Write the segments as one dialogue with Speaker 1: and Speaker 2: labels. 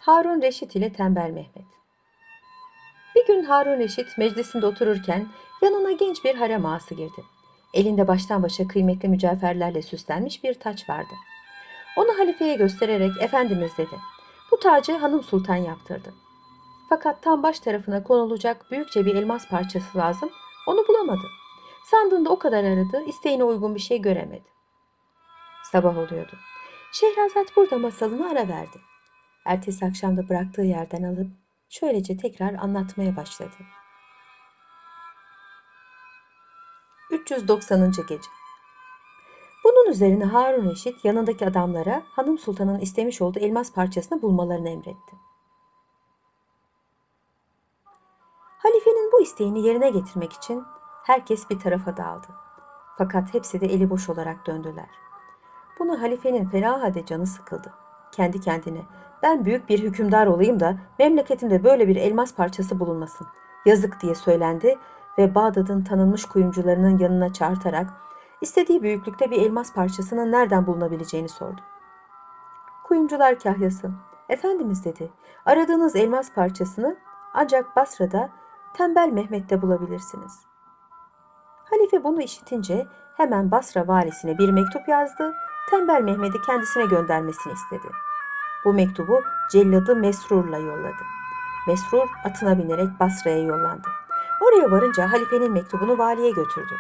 Speaker 1: Harun Reşit ile Tembel Mehmet. Bir gün Harun Reşit meclisinde otururken yanına genç bir harem ağası girdi. Elinde baştan başa kıymetli mücevherlerle süslenmiş bir taç vardı. Onu halifeye göstererek "Efendimiz," dedi, "bu tacı hanım sultan yaptırdı. Fakat tam baş tarafına konulacak büyükçe bir elmas parçası lazım. Onu bulamadı. Sandığında o kadar aradı, isteğine uygun bir şey göremedi." Sabah oluyordu. Şehrazat burada masalını ara verdi. Ertesi akşam da bıraktığı yerden alıp şöylece tekrar anlatmaya başladı. 390. Gece. Bunun üzerine Harun Reşit yanındaki adamlara Hanım Sultan'ın istemiş olduğu elmas parçasını bulmalarını emretti. Halifenin bu isteğini yerine getirmek için herkes bir tarafa dağıldı. Fakat hepsi de eli boş olarak döndüler. Buna halifenin fena halde canı sıkıldı. Kendi kendine, "Ben büyük bir hükümdar olayım da memleketimde böyle bir elmas parçası bulunmasın. Yazık," diye söylendi ve Bağdat'ın tanınmış kuyumcularının yanına çağırtarak istediği büyüklükte bir elmas parçasının nereden bulunabileceğini sordu. Kuyumcular kahyası, "Efendimiz," dedi, "aradığınız elmas parçasını ancak Basra'da Tembel Mehmet'te bulabilirsiniz." Halife bunu işitince hemen Basra valisine bir mektup yazdı, Tembel Mehmet'i kendisine göndermesini istedi. Bu mektubu celladı Mesrur'la yolladı. Mesrur atına binerek Basra'ya yollandı. Oraya varınca halifenin mektubunu valiye götürdü.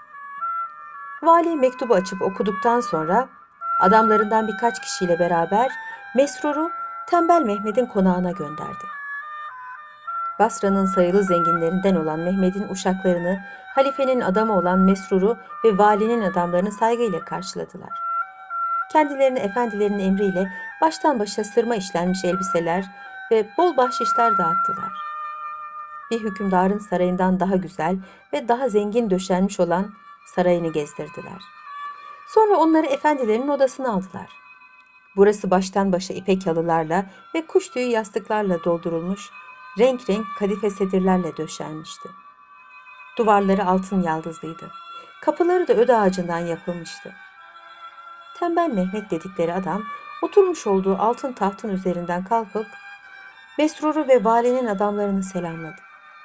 Speaker 1: Vali mektubu açıp okuduktan sonra adamlarından birkaç kişiyle beraber Mesrur'u Tembel Mehmet'in konağına gönderdi. Basra'nın sayılı zenginlerinden olan Mehmet'in uşaklarını, halifenin adamı olan Mesrur'u ve valinin adamlarını saygıyla karşıladılar. Kendilerine efendilerinin emriyle baştan başa sırma işlenmiş elbiseler ve bol bahşişler dağıttılar. Bir hükümdarın sarayından daha güzel ve daha zengin döşenmiş olan sarayını gezdirdiler. Sonra onları efendilerinin odasına aldılar. Burası baştan başa ipek halılarla ve kuş tüyü yastıklarla doldurulmuş, renk renk kadife sedirlerle döşenmişti. Duvarları altın yaldızlıydı. Kapıları da öd ağacından yapılmıştı. Tembel Mehmet dedikleri adam oturmuş olduğu altın tahtın üzerinden kalkıp Mesrur'u ve valinin adamlarını selamladı.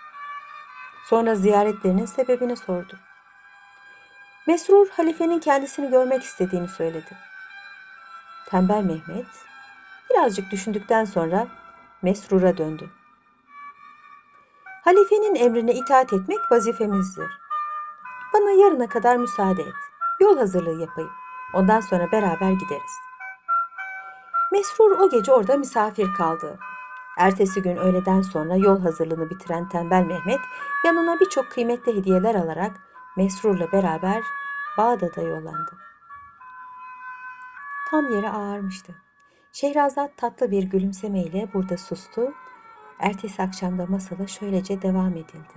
Speaker 1: Sonra ziyaretlerinin sebebini sordu. Mesrur halifenin kendisini görmek istediğini söyledi. Tembel Mehmet birazcık düşündükten sonra Mesrur'a döndü. "Halifenin emrine itaat etmek vazifemizdir. Bana yarına kadar müsaade et. Yol hazırlığı yapayım. Ondan sonra beraber gideriz." Mesrur o gece orada misafir kaldı. Ertesi gün öğleden sonra yol hazırlığını bitiren Tembel Mehmet yanına birçok kıymetli hediyeler alarak Mesrur'la beraber Bağdat'a yollandı. Tam yere ağarmıştı. Şehrazat tatlı bir gülümsemeyle burada sustu. Ertesi akşamda masala şöylece devam edildi.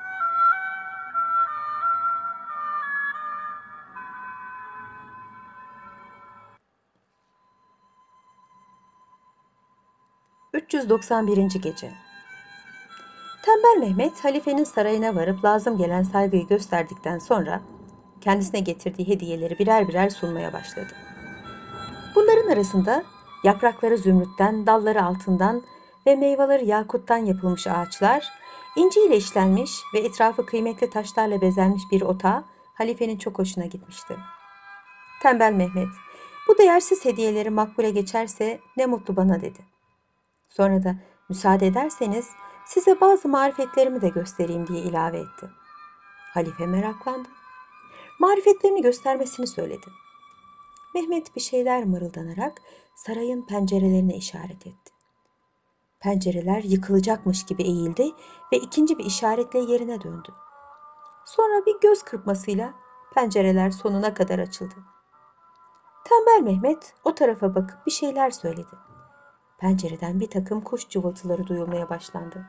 Speaker 1: 391. Gece. Tembel Mehmet halifenin sarayına varıp lazım gelen saygıyı gösterdikten sonra kendisine getirdiği hediyeleri birer birer sunmaya başladı. Bunların arasında yaprakları zümrütten, dalları altından ve meyveleri yakuttan yapılmış ağaçlar, inciyle işlenmiş ve etrafı kıymetli taşlarla bezenmiş bir otağı halifenin çok hoşuna gitmişti. Tembel Mehmet, "Bu değersiz hediyeleri makbule geçerse ne mutlu bana," dedi. Sonra da "Müsaade ederseniz size bazı marifetlerimi de göstereyim," diye ilave etti. Halife meraklandı. Marifetlerini göstermesini söyledi. Mehmet bir şeyler mırıldanarak sarayın pencerelerine işaret etti. Pencereler yıkılacakmış gibi eğildi ve ikinci bir işaretle yerine döndü. Sonra bir göz kırpmasıyla pencereler sonuna kadar açıldı. Tembel Mehmet o tarafa bakıp bir şeyler söyledi. Pencereden bir takım kuş cıvıltıları duyulmaya başlandı.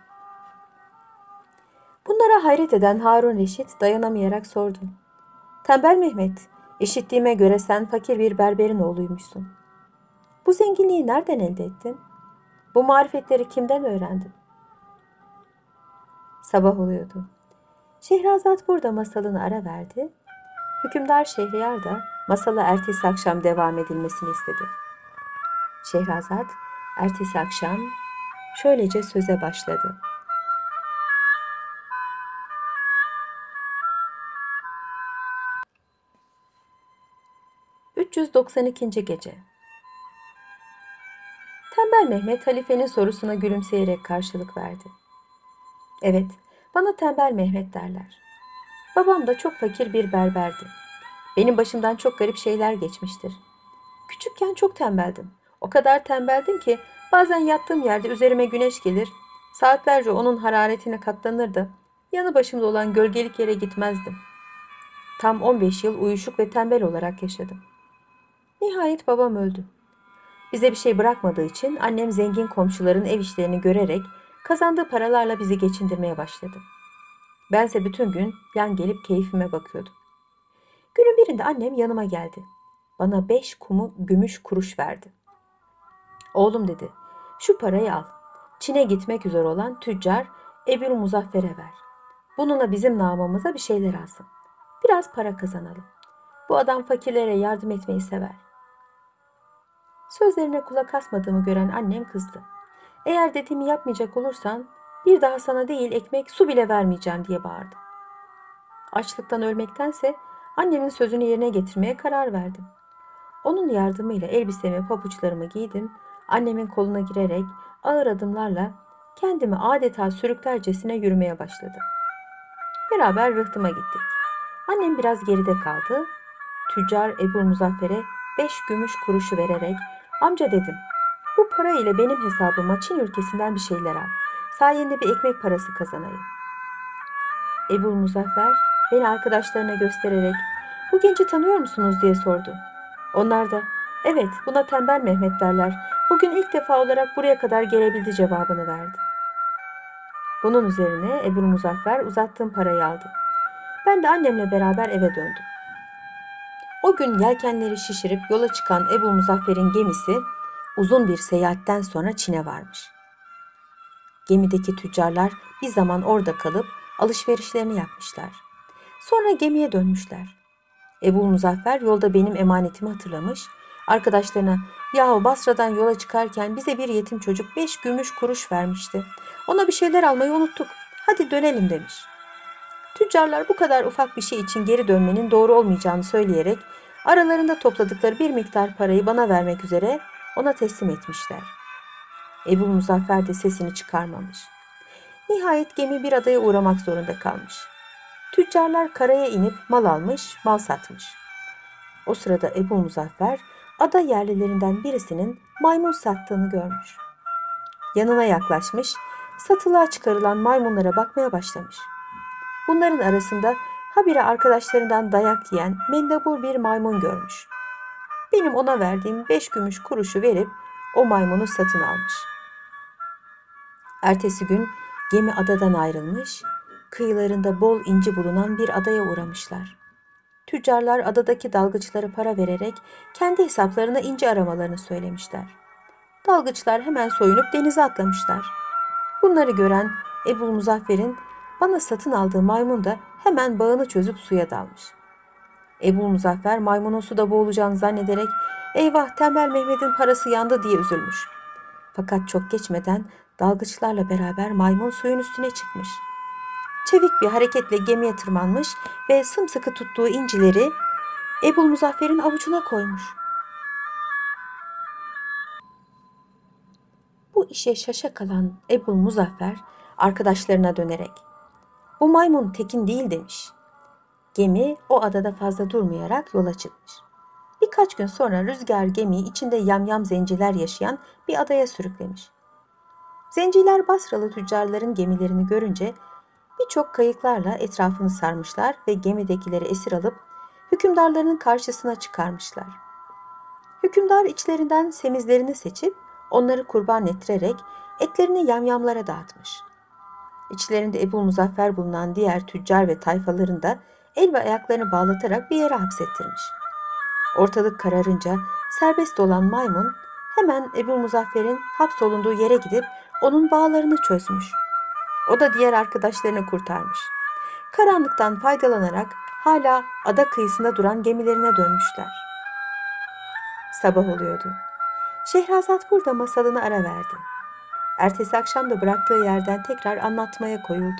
Speaker 1: Bunlara hayret eden Harun Reşit dayanamayarak sordu. "Tembel Mehmet, işittiğime göre sen fakir bir berberin oğluymuşsun. Bu zenginliği nereden elde ettin? Bu marifetleri kimden öğrendin?" Sabah oluyordu. Şehrazat burada masalını ara verdi. Hükümdar Şehriyar da masala ertesi akşam devam edilmesini istedi. Şehrazat Ertesi akşam şöylece söze başladı. 392. gece. Tembel Mehmet halifenin sorusuna gülümseyerek karşılık verdi. Evet, bana Tembel Mehmet derler. Babam da çok fakir bir berberdi. Benim başımdan çok garip şeyler geçmiştir. Küçükken çok tembeldim. O kadar tembeldim ki bazen yattığım yerde üzerime güneş gelir, saatlerce onun hararetine katlanırdı. Yanı başımda olan gölgelik yere gitmezdim. Tam 15 yıl uyuşuk ve tembel olarak yaşadım. Nihayet babam öldü. Bize bir şey bırakmadığı için annem zengin komşuların ev işlerini görerek kazandığı paralarla bizi geçindirmeye başladı. Bense bütün gün yan gelip keyfime bakıyordum. Günün birinde annem yanıma geldi. Bana 5 gümüş kuruş verdi. Oğlum dedi, şu parayı al. Çin'e gitmek üzere olan tüccar Ebu'l-Muzaffer'e ver. Bununla bizim namımıza bir şeyler alsın. Biraz para kazanalım. Bu adam fakirlere yardım etmeyi sever. Sözlerine kulak asmadığımı gören annem kızdı. Eğer dediğimi yapmayacak olursan bir daha sana değil ekmek su bile vermeyeceğim diye bağırdı. Açlıktan ölmektense annemin sözünü yerine getirmeye karar verdim. Onun yardımıyla elbisemi, pabuçlarımı giydim, annemin koluna girerek ağır adımlarla kendimi adeta sürüklercesine yürümeye başladım. Beraber rıhtıma gittik. Annem biraz geride kaldı. Tüccar Ebu'l-Muzaffer'e 5 gümüş kuruşu vererek amca dedim, bu para ile benim hesabıma Çin ülkesinden bir şeyler al. Sayende bir ekmek parası kazanayım. Ebu'l-Muzaffer beni arkadaşlarına göstererek bu genci tanıyor musunuz diye sordu. Onlar da evet buna Tembel Mehmet derler. Bugün ilk defa olarak buraya kadar gelebildi cevabını verdi. Bunun üzerine Ebu'l-Muzaffer uzattığım parayı aldı. Ben de annemle beraber eve döndüm. O gün yelkenleri şişirip yola çıkan Ebu'l-Muzaffer'in gemisi uzun bir seyahatten sonra Çin'e varmış. Gemideki tüccarlar bir zaman orada kalıp alışverişlerini yapmışlar. Sonra gemiye dönmüşler. Ebu'l-Muzaffer yolda benim emanetimi hatırlamış, arkadaşlarına yahu Basra'dan yola çıkarken bize bir yetim çocuk 5 gümüş kuruş vermişti. Ona bir şeyler almayı unuttuk. Hadi dönelim demiş. Tüccarlar bu kadar ufak bir şey için geri dönmenin doğru olmayacağını söyleyerek aralarında topladıkları bir miktar parayı bana vermek üzere ona teslim etmişler. Ebu'l-Muzaffer de sesini çıkarmamış. Nihayet gemi bir adaya uğramak zorunda kalmış. Tüccarlar karaya inip mal almış, mal satmış. O sırada Ebu'l-Muzaffer ada yerlilerinden birisinin maymun sattığını görmüş. Yanına yaklaşmış, satılığa çıkarılan maymunlara bakmaya başlamış. Bunların arasında habire arkadaşlarından dayak yiyen mendebur bir maymun görmüş. Benim ona verdiğim 5 gümüş kuruşu verip o maymunu satın almış. Ertesi gün gemi adadan ayrılmış, kıyılarında bol inci bulunan bir adaya uğramışlar. Tüccarlar adadaki dalgıçlara para vererek kendi hesaplarına inci aramalarını söylemişler. Dalgıçlar hemen soyunup denize atlamışlar. Bunları gören Ebu'l-Muzaffer'in bana satın aldığı maymun da hemen bağını çözüp suya dalmış. Ebu'l-Muzaffer maymunun suda boğulacağını zannederek eyvah Tembel Mehmet'in parası yandı diye üzülmüş. Fakat çok geçmeden dalgıçlarla beraber maymun suyun üstüne çıkmış. Çevik bir hareketle gemiye tırmanmış ve sımsıkı tuttuğu incileri Ebu'l-Muzaffer'in avucuna koymuş. Bu işe şaşa kalan Ebu'l-Muzaffer arkadaşlarına dönerek bu maymun tekin değil demiş. Gemi o adada fazla durmayarak yola çıkmış. Birkaç gün sonra rüzgar gemiyi içinde yamyam zenciler yaşayan bir adaya sürüklemiş. Zenciler Basralı tüccarların gemilerini görünce birçok kayıklarla etrafını sarmışlar ve gemidekileri esir alıp hükümdarlarının karşısına çıkarmışlar. Hükümdar içlerinden semizlerini seçip onları kurban ettirerek etlerini yamyamlara dağıtmış. İçlerinde Ebu'l-Muzaffer bulunan diğer tüccar ve tayfaların da el ve ayaklarını bağlatarak bir yere hapsettirmiş. Ortalık kararınca serbest olan maymun hemen Ebu'l-Muzaffer'in hapsolunduğu yere gidip onun bağlarını çözmüş. O da diğer arkadaşlarını kurtarmış. Karanlıktan faydalanarak hala ada kıyısında duran gemilerine dönmüşler. Sabah oluyordu. Şehrazat burada masalını ara verdi. Ertesi akşam da bıraktığı yerden tekrar anlatmaya koyuldu.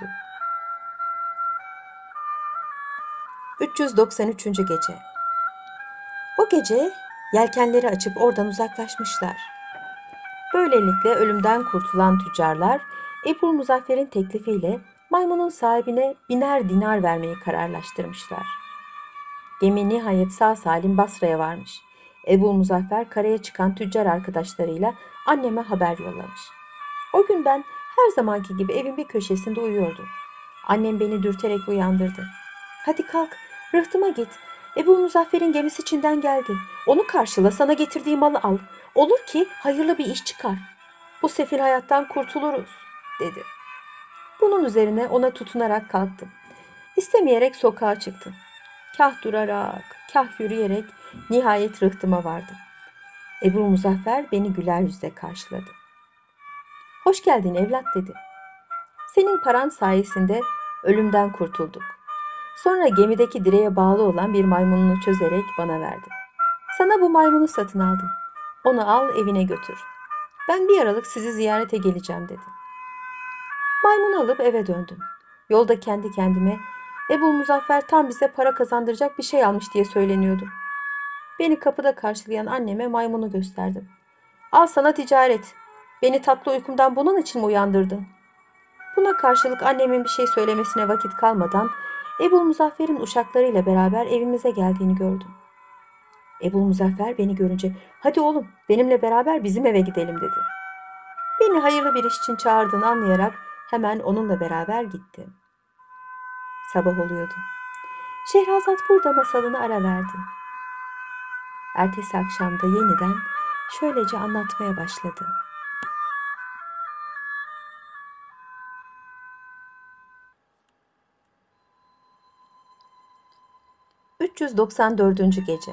Speaker 1: 393. Gece. O gece yelkenleri açıp oradan uzaklaşmışlar. Böylelikle ölümden kurtulan tüccarlar Ebu Muzaffer'in teklifiyle maymunun sahibine 1000'er dinar vermeyi kararlaştırmışlar. Gemi nihayet sağ salim Basra'ya varmış. Ebu Muzaffer karaya çıkan tüccar arkadaşlarıyla anneme haber yollamış. O gün ben her zamanki gibi evin bir köşesinde uyuyordum. Annem beni dürterek uyandırdı. Hadi kalk, rıhtıma git. Ebu Muzaffer'in gemisi Çin'den geldi. Onu karşıla, sana getirdiği malı al. Olur ki hayırlı bir iş çıkar. Bu sefil hayattan kurtuluruz, dedi. Bunun üzerine ona tutunarak kalktım. İstemeyerek sokağa çıktım. Kah durarak, kah yürüyerek nihayet rıhtıma vardım. Ebu Muzaffer beni güler yüzle karşıladı. Hoş geldin evlat, dedi. Senin paran sayesinde ölümden kurtulduk. Sonra gemideki direğe bağlı olan bir maymununu çözerek bana verdi. Sana bu maymunu satın aldım. Onu al evine götür. Ben bir aralık sizi ziyarete geleceğim, dedi. Maymunu alıp eve döndüm. Yolda kendi kendime Ebu Muzaffer tam bize para kazandıracak bir şey almış diye söyleniyordum. Beni kapıda karşılayan anneme maymunu gösterdim. Al sana ticaret. Beni tatlı uykumdan bunun için mi uyandırdın? Buna karşılık annemin bir şey söylemesine vakit kalmadan Ebu Muzaffer'in uşaklarıyla beraber evimize geldiğini gördüm. Ebu Muzaffer beni görünce hadi oğlum benimle beraber bizim eve gidelim, dedi. Beni hayırlı bir iş için çağırdığını anlayarak hemen onunla beraber gittim. Sabah oluyordu. Şehrazat burada masalını ara verdi. Ertesi akşamda yeniden şöylece anlatmaya başladı. 394. Gece.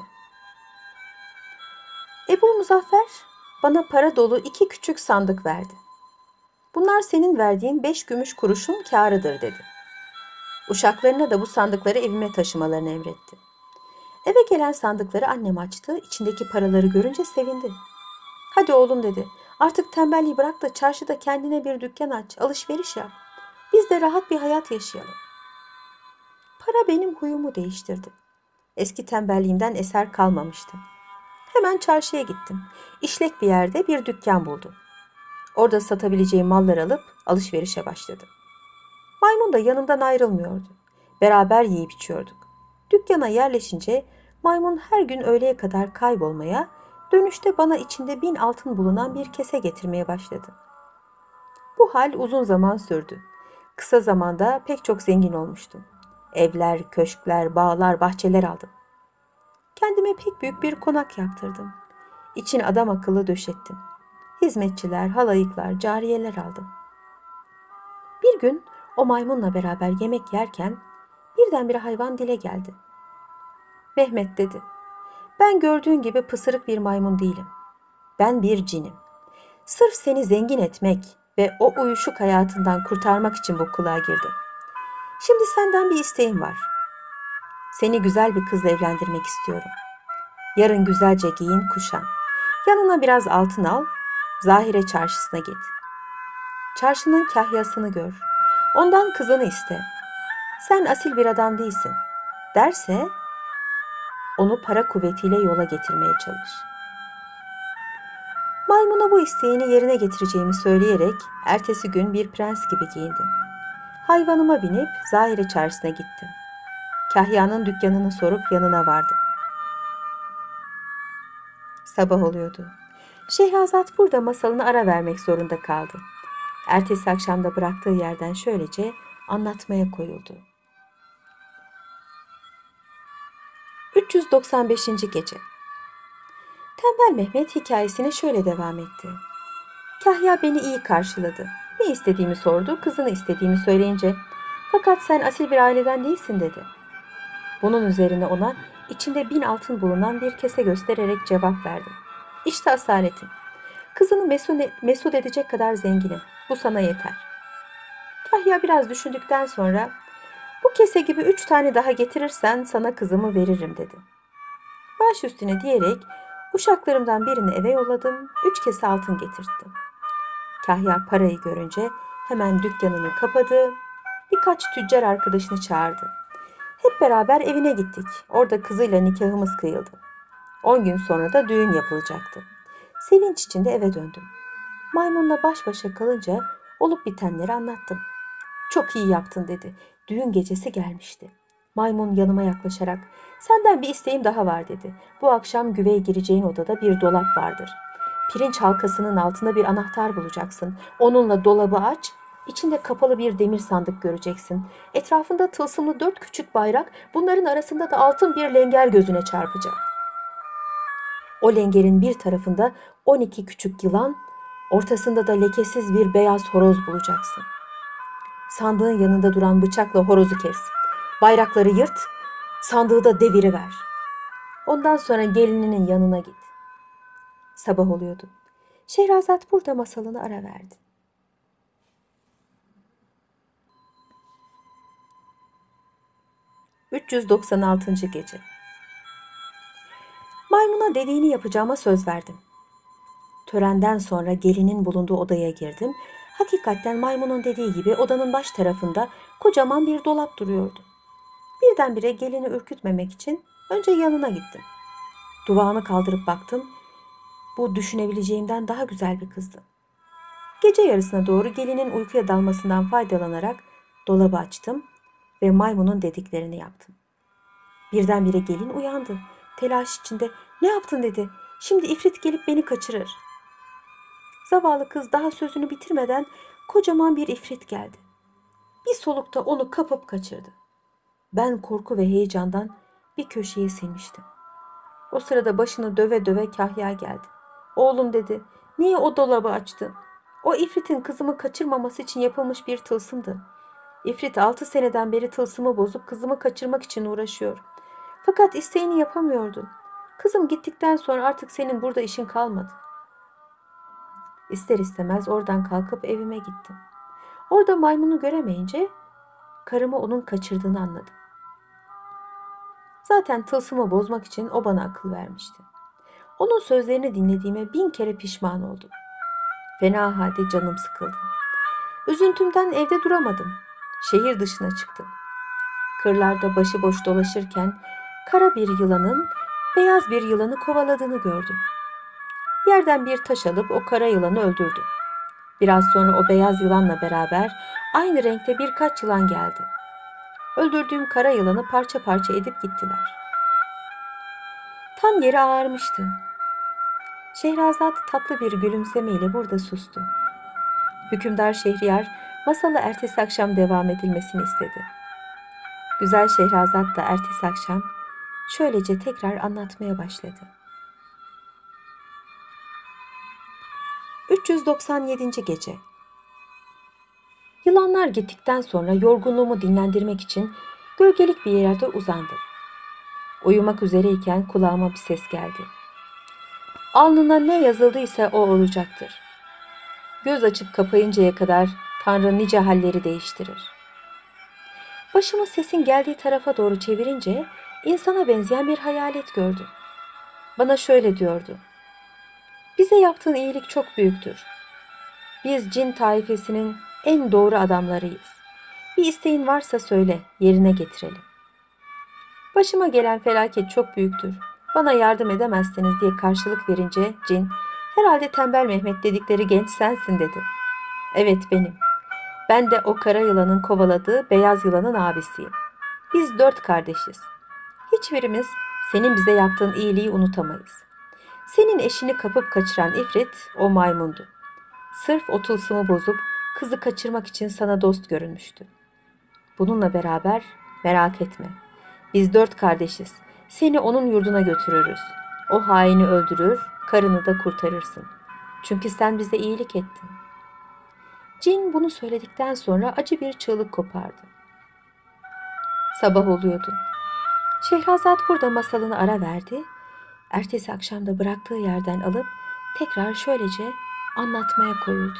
Speaker 1: Ebu Muzaffer bana para dolu 2 küçük sandık verdi. Bunlar senin verdiğin 5 gümüş kuruşun kârıdır, dedi. Uşaklarına da bu sandıkları evime taşımalarını emretti. Eve gelen sandıkları annem açtı, içindeki paraları görünce sevindi. Hadi oğlum, dedi, artık tembelliği bırak da çarşıda kendine bir dükkan aç, alışveriş yap. Biz de rahat bir hayat yaşayalım. Para benim huyumu değiştirdi. Eski tembelliğimden eser kalmamıştı. Hemen çarşıya gittim. İşlek bir yerde bir dükkan buldum. Orada satabileceğim malları alıp alışverişe başladım. Maymun da yanımdan ayrılmıyordu. Beraber yiyip içiyorduk. Dükkana yerleşince maymun her gün öğleye kadar kaybolmaya, dönüşte bana içinde 1000 altın bulunan bir kese getirmeye başladı. Bu hal uzun zaman sürdü. Kısa zamanda pek çok zengin olmuştum. Evler, köşkler, bağlar, bahçeler aldım. Kendime pek büyük bir konak yaptırdım. İçini adam akıllı döşettim. Hizmetçiler, halayıklar, cariyeler aldım. Bir gün o maymunla beraber yemek yerken birdenbire hayvan dile geldi. Mehmet, dedi, ben gördüğün gibi pısırık bir maymun değilim. Ben bir cinim. Sırf seni zengin etmek ve o uyuşuk hayatından kurtarmak için bu kılığa girdim. Şimdi senden bir isteğim var. Seni güzel bir kızla evlendirmek istiyorum. Yarın güzelce giyin, kuşan. Yanına biraz altın al, Zahire çarşısına git. Çarşının kahyasını gör. Ondan kızını iste. Sen asil bir adam değilsin derse onu para kuvvetiyle yola getirmeye çalış. Maymuna bu isteğini yerine getireceğimi söyleyerek ertesi gün bir prens gibi giyindim. Hayvanıma binip Zahire çarşısına gittim. Kahya'nın dükkanını sorup yanına vardım. Sabah oluyordu. Şehrazat burada masalını ara vermek zorunda kaldı. Ertesi akşamda bıraktığı yerden şöylece anlatmaya koyuldu. 395. Gece. Tembel Mehmet hikayesine şöyle devam etti. Kahya beni iyi karşıladı. Ne istediğimi sordu, kızını istediğimi söyleyince, fakat sen asil bir aileden değilsin, dedi. Bunun üzerine ona içinde 1000 altın bulunan bir kese göstererek cevap verdim. İşte asaletim. Kızını mesut edecek kadar zenginim. Bu sana yeter. Kahya biraz düşündükten sonra, bu kese gibi 3 tane daha getirirsen sana kızımı veririm, dedi. Baş üstüne diyerek Uşaklarımdan birini eve yolladım, 3 kese altın getirttim. Kahya parayı görünce hemen dükkanını kapadı, birkaç tüccar arkadaşını çağırdı. Hep beraber evine gittik. Orada kızıyla nikahımız kıyıldı. 10 gün sonra da düğün yapılacaktı. Sevinç içinde eve döndüm. Maymunla baş başa kalınca olup bitenleri anlattım. Çok iyi yaptın dedi. Düğün gecesi gelmişti. Maymun yanıma yaklaşarak senden bir isteğim daha var dedi. Bu akşam güveye gireceğin odada bir dolap vardır. Pirinç halkasının altında bir anahtar bulacaksın. Onunla dolabı aç. İçinde kapalı bir demir sandık göreceksin. Etrafında tılsımlı 4 küçük bayrak, bunların arasında da altın bir lenger gözüne çarpacak. O lengerin bir tarafında 12 küçük yılan, ortasında da lekesiz bir beyaz horoz bulacaksın. Sandığın yanında duran bıçakla horozu kes. Bayrakları yırt, sandığı da deviriver. Ondan sonra gelininin yanına git. Sabah oluyordu. Şehrazat burada masalını ara verdi. 396. Gece. Maymuna dediğini yapacağıma söz verdim. Törenden sonra gelinin bulunduğu odaya girdim. Hakikaten maymunun dediği gibi odanın baş tarafında kocaman bir dolap duruyordu. Birdenbire gelini ürkütmemek için önce yanına gittim. Duvağını kaldırıp baktım. Bu düşünebileceğimden daha güzel bir kızdı. Gece yarısına doğru gelinin uykuya dalmasından faydalanarak dolabı açtım ve maymunun dediklerini yaptım. Birdenbire gelin uyandı. Telaş içinde ne yaptın dedi. Şimdi ifrit gelip beni kaçırır. Zavallı kız daha sözünü bitirmeden kocaman bir ifrit geldi. Bir solukta onu kapıp kaçırdı. Ben korku ve heyecandan bir köşeye silmiştim. O sırada başını döve döve Kahya geldi. Oğlum dedi, niye o dolabı açtın? O ifritin kızımı kaçırmaması için yapılmış bir tılsımdı. İfrit 6 seneden beri tılsımı bozup kızımı kaçırmak için uğraşıyor. Fakat isteğini yapamıyordu. Kızım gittikten sonra artık senin burada işin kalmadı. İster istemez oradan kalkıp evime gittim. Orada maymunu göremeyince karımı onun kaçırdığını anladım. Zaten tılsımı bozmak için o bana akıl vermişti. Onun sözlerini dinlediğime 1000 kere pişman oldum. Fena halde canım sıkıldı. Üzüntümden evde duramadım. Şehir dışına çıktım. Kırlarda başıboş dolaşırken kara bir yılanın beyaz bir yılanı kovaladığını gördüm. Yerden bir taş alıp o kara yılanı öldürdüm. Biraz sonra o beyaz yılanla beraber aynı renkte birkaç yılan geldi. Öldürdüğüm kara yılanı parça parça edip gittiler. Tan yeri ağarmıştı. Şehrazat tatlı bir gülümsemeyle burada sustu. Hükümdar Şehriyar masalı ertesi akşam devam edilmesini istedi. Güzel Şehrazat da ertesi akşam şöylece tekrar anlatmaya başladı. 397. Gece. Yılanlar gittikten sonra yorgunluğumu dinlendirmek için gölgelik bir yerde uzandım. Uyumak üzereyken kulağıma bir ses geldi. Alnına ne yazıldıysa o olacaktır. Göz açıp kapayıncaya kadar Tanrı nice halleri değiştirir. Başımı sesin geldiği tarafa doğru çevirince insana benzeyen bir hayalet gördüm. Bana şöyle diyordu. Bize yaptığın iyilik çok büyüktür. Biz cin taifesinin en doğru adamlarıyız. Bir isteğin varsa söyle, yerine getirelim. Başıma gelen felaket çok büyüktür. Bana yardım edemezsiniz diye karşılık verince cin, herhalde tembel Mehmet dedikleri genç sensin dedi. Evet benim. Ben de o kara yılanın kovaladığı beyaz yılanın abisiyim. Biz 4 kardeşiz. Hiçbirimiz senin bize yaptığın iyiliği unutamayız. Senin eşini kapıp kaçıran ifrit o maymundu. Sırf o tılsımı bozup kızı kaçırmak için sana dost görünmüştü. Bununla beraber merak etme. Biz 4 kardeşiz. Seni onun yurduna götürürüz. O haini öldürür, karını da kurtarırsın. Çünkü sen bize iyilik ettin. Cin bunu söyledikten sonra acı bir çığlık kopardı. Sabah oluyordu. Şehrazat burada masalını ara verdi. Ertesi akşam da bıraktığı yerden alıp tekrar şöylece anlatmaya koyuldu.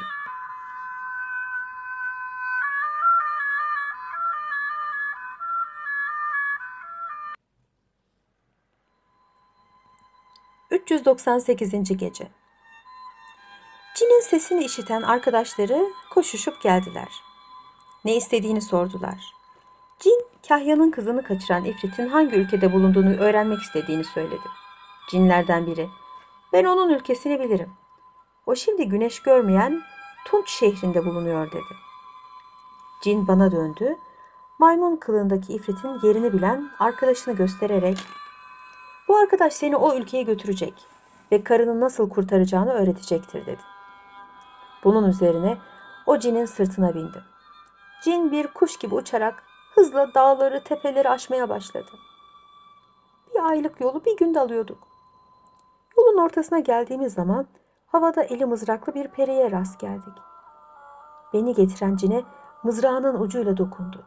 Speaker 1: 398. Gece. Cin'in sesini işiten arkadaşları koşuşup geldiler. Ne istediğini sordular. Cin, Kahya'nın kızını kaçıran ifritin hangi ülkede bulunduğunu öğrenmek istediğini söyledi. Cinlerden biri, "Ben onun ülkesini bilirim. O şimdi güneş görmeyen Tunç şehrinde bulunuyor," dedi. Cin bana döndü. Maymun kılığındaki ifritin yerini bilen arkadaşını göstererek, "Bu arkadaş seni o ülkeye götürecek ve karını nasıl kurtaracağını öğretecektir," dedi. Bunun üzerine o cinin sırtına bindim. Cin bir kuş gibi uçarak hızla dağları, tepeleri aşmaya başladı. Bir aylık yolu bir günde alıyorduk. Yolun ortasına geldiğimiz zaman havada eli mızraklı bir periye rast geldik. Beni getiren cine mızrağının ucuyla dokundu.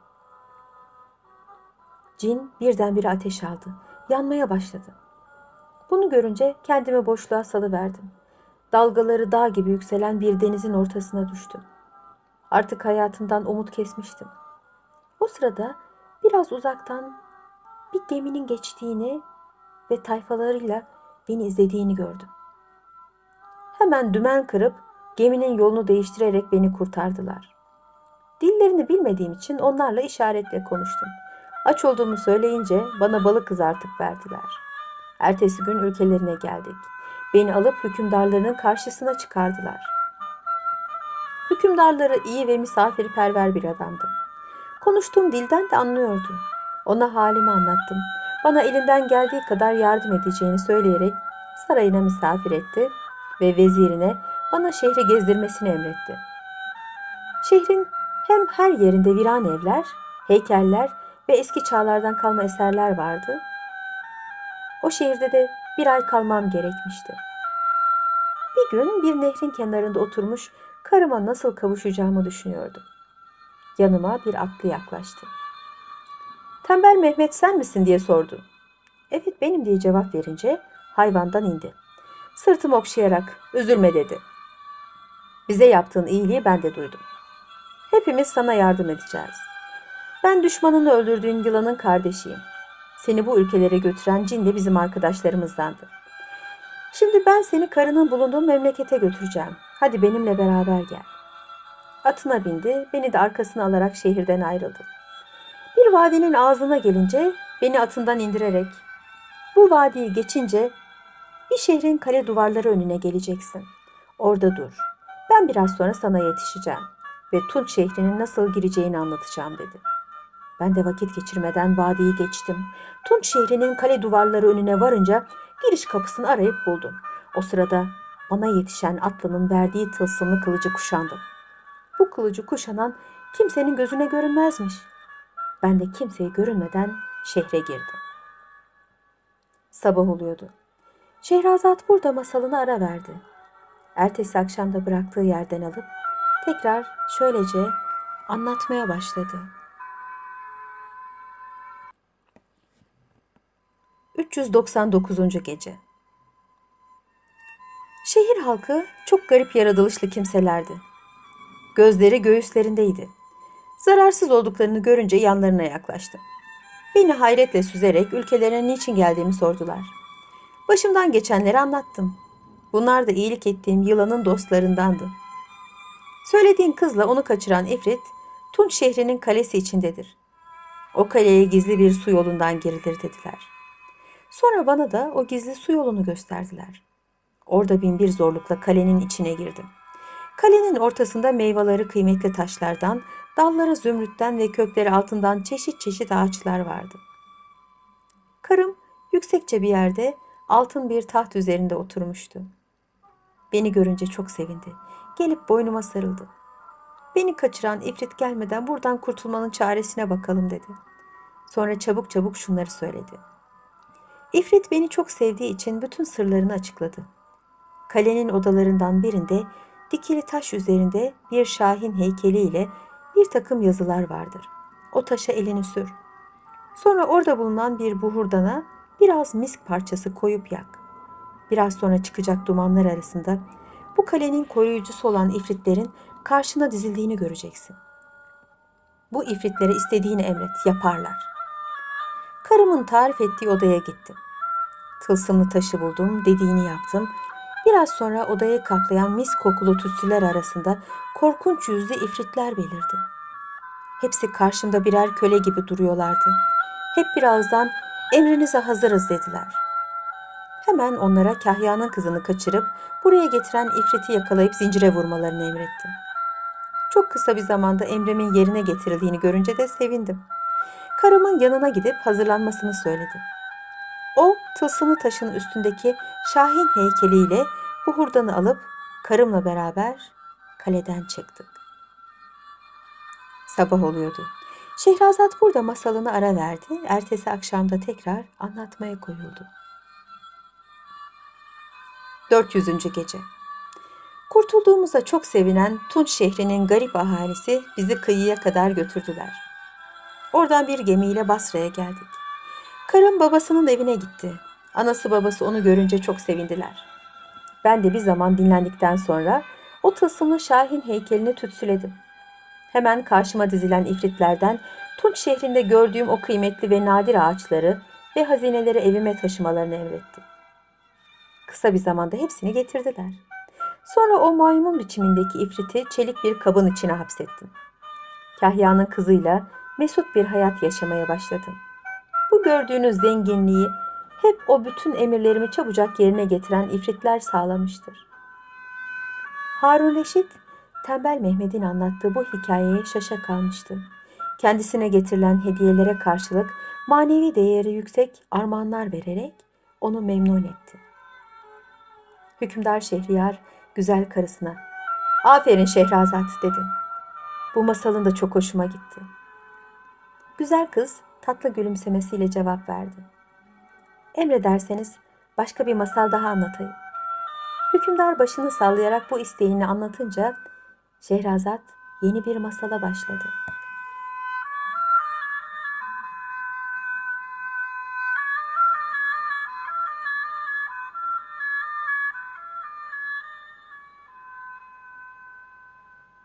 Speaker 1: Cin birdenbire ateş aldı. Yanmaya başladı. Bunu görünce kendimi boşluğa salıverdim. Dalgaları dağ gibi yükselen bir denizin ortasına düştüm. Artık hayatımdan umut kesmiştim. O sırada biraz uzaktan bir geminin geçtiğini ve tayfalarıyla beni izlediğini gördüm. Hemen dümen kırıp geminin yolunu değiştirerek beni kurtardılar. Dillerini bilmediğim için onlarla işaretle konuştum. Aç olduğumu söyleyince bana balık kızartıp verdiler. Ertesi gün ülkelerine geldik. Beni alıp hükümdarlarının karşısına çıkardılar. Hükümdarları iyi ve misafirperver bir adamdı. Konuştuğum dilden de anlıyordu. Ona halimi anlattım. Bana elinden geldiği kadar yardım edeceğini söyleyerek sarayına misafir etti ve vezirine bana şehri gezdirmesini emretti. Şehrin hem her yerinde viran evler, heykeller ve eski çağlardan kalma eserler vardı. O şehirde de bir ay kalmam gerekmişti. Bir gün bir nehrin kenarında oturmuş karıma nasıl kavuşacağımı düşünüyordum. Yanıma bir atlı yaklaştı. "Tembel Mehmet sen misin?" diye sordu. "Evet benim," diye cevap verince hayvandan indi. Sırtımı okşayarak "Üzülme," dedi. "Bize yaptığın iyiliği ben de duydum. Hepimiz sana yardım edeceğiz. Ben düşmanını öldürdüğün yılanın kardeşiyim. Seni bu ülkelere götüren cin de bizim arkadaşlarımızdandı. Şimdi ben seni karının bulunduğu memlekete götüreceğim. Hadi benimle beraber gel." Atına bindi, beni de arkasına alarak şehirden ayrıldı. Bir vadinin ağzına gelince beni atından indirerek, "Bu vadiyi geçince bir şehrin kale duvarları önüne geleceksin. Orada dur. Ben biraz sonra sana yetişeceğim ve Tunç şehrinin nasıl gireceğini anlatacağım," dedi. Ben de vakit geçirmeden vadiyi geçtim. Tunç şehrinin kale duvarları önüne varınca giriş kapısını arayıp buldum. O sırada bana yetişen atlının verdiği tılsımlı kılıcı kuşandım. Bu kılıcı kuşanan kimsenin gözüne görünmezmiş. Ben de kimseye görünmeden şehre girdim. Sabah oluyordu. Şehrazat burada masalını ara verdi. Ertesi akşam da bıraktığı yerden alıp tekrar şöylece anlatmaya başladı. 399. Gece. Şehir halkı çok garip yaratılışlı kimselerdi. Gözleri göğüslerindeydi. Zararsız olduklarını görünce yanlarına yaklaştım. Beni hayretle süzerek ülkelerine niçin geldiğimi sordular. Başımdan geçenleri anlattım. Bunlar da iyilik ettiğim yılanın dostlarındandı. Söylediğin kızla onu kaçıran ifrit, Tunç şehrinin kalesi içindedir. O kaleye gizli bir su yolundan girilir dediler. Sonra bana da o gizli su yolunu gösterdiler. Orada binbir zorlukla kalenin içine girdim. Kalenin ortasında meyveleri kıymetli taşlardan, dalları zümrütten ve kökleri altından çeşit çeşit ağaçlar vardı. Karım yüksekçe bir yerde altın bir taht üzerinde oturmuştu. Beni görünce çok sevindi. Gelip boynuma sarıldı. "Beni kaçıran ifrit gelmeden buradan kurtulmanın çaresine bakalım," dedi. Sonra çabuk çabuk şunları söyledi. İfrit beni çok sevdiği için bütün sırlarını açıkladı. Kalenin odalarından birinde dikili taş üzerinde bir şahin heykeliyle bir takım yazılar vardır. O taşa elini sür. Sonra orada bulunan bir buhurdana biraz misk parçası koyup yak. Biraz sonra çıkacak dumanlar arasında bu kalenin koruyucusu olan ifritlerin karşına dizildiğini göreceksin. Bu ifritlere istediğini emret, yaparlar. Karımın tarif ettiği odaya gittim. Tılsımlı taşı buldum, dediğini yaptım. Biraz sonra odayı kaplayan mis kokulu tütsüler arasında korkunç yüzlü ifritler belirdi. Hepsi karşımda birer köle gibi duruyorlardı. Hep birazdan emrinize hazırız dediler. Hemen onlara Kahya'nın kızını kaçırıp buraya getiren ifriti yakalayıp zincire vurmalarını emrettim. Çok kısa bir zamanda emrimin yerine getirildiğini görünce de sevindim. Karımın yanına gidip hazırlanmasını söyledim. O tılsımlı taşın üstündeki Şahin heykeliyle bu hurdanı alıp karımla beraber kaleden çıktık. Sabah oluyordu. Şehrazat burada masalını ara verdi. Ertesi akşamda tekrar anlatmaya koyuldu. 400. Gece. Kurtulduğumuza çok sevinen Tunç şehrinin garip ahalisi bizi kıyıya kadar götürdüler. Oradan bir gemiyle Basra'ya geldik. Karım babasının evine gitti. Anası babası onu görünce çok sevindiler. Ben de bir zaman dinlendikten sonra o tılsımlı Şahin heykelini tütsüledim. Hemen karşıma dizilen ifritlerden Tunç şehrinde gördüğüm o kıymetli ve nadir ağaçları ve hazineleri evime taşımalarını emrettim. Kısa bir zamanda hepsini getirdiler. Sonra o maymun biçimindeki ifriti çelik bir kabın içine hapsettim. Kahya'nın kızıyla mesut bir hayat yaşamaya başladım. Bu gördüğünüz zenginliği hep o bütün emirlerimi çabucak yerine getiren ifritler sağlamıştır. Harun Reşit, Tembel Mehmet'in anlattığı bu hikayeye şaşa kalmıştı. Kendisine getirilen hediyelere karşılık manevi değeri yüksek armağanlar vererek onu memnun etti. Hükümdar Şehriyar güzel karısına "Aferin Şehrazat" dedi. Bu masalın da çok hoşuma gitti. Güzel kız tatlı gülümsemesiyle cevap verdi. Emrederseniz başka bir masal daha anlatayım. Hükümdar başını sallayarak bu isteğini anlatınca Şehrazat yeni bir masala başladı.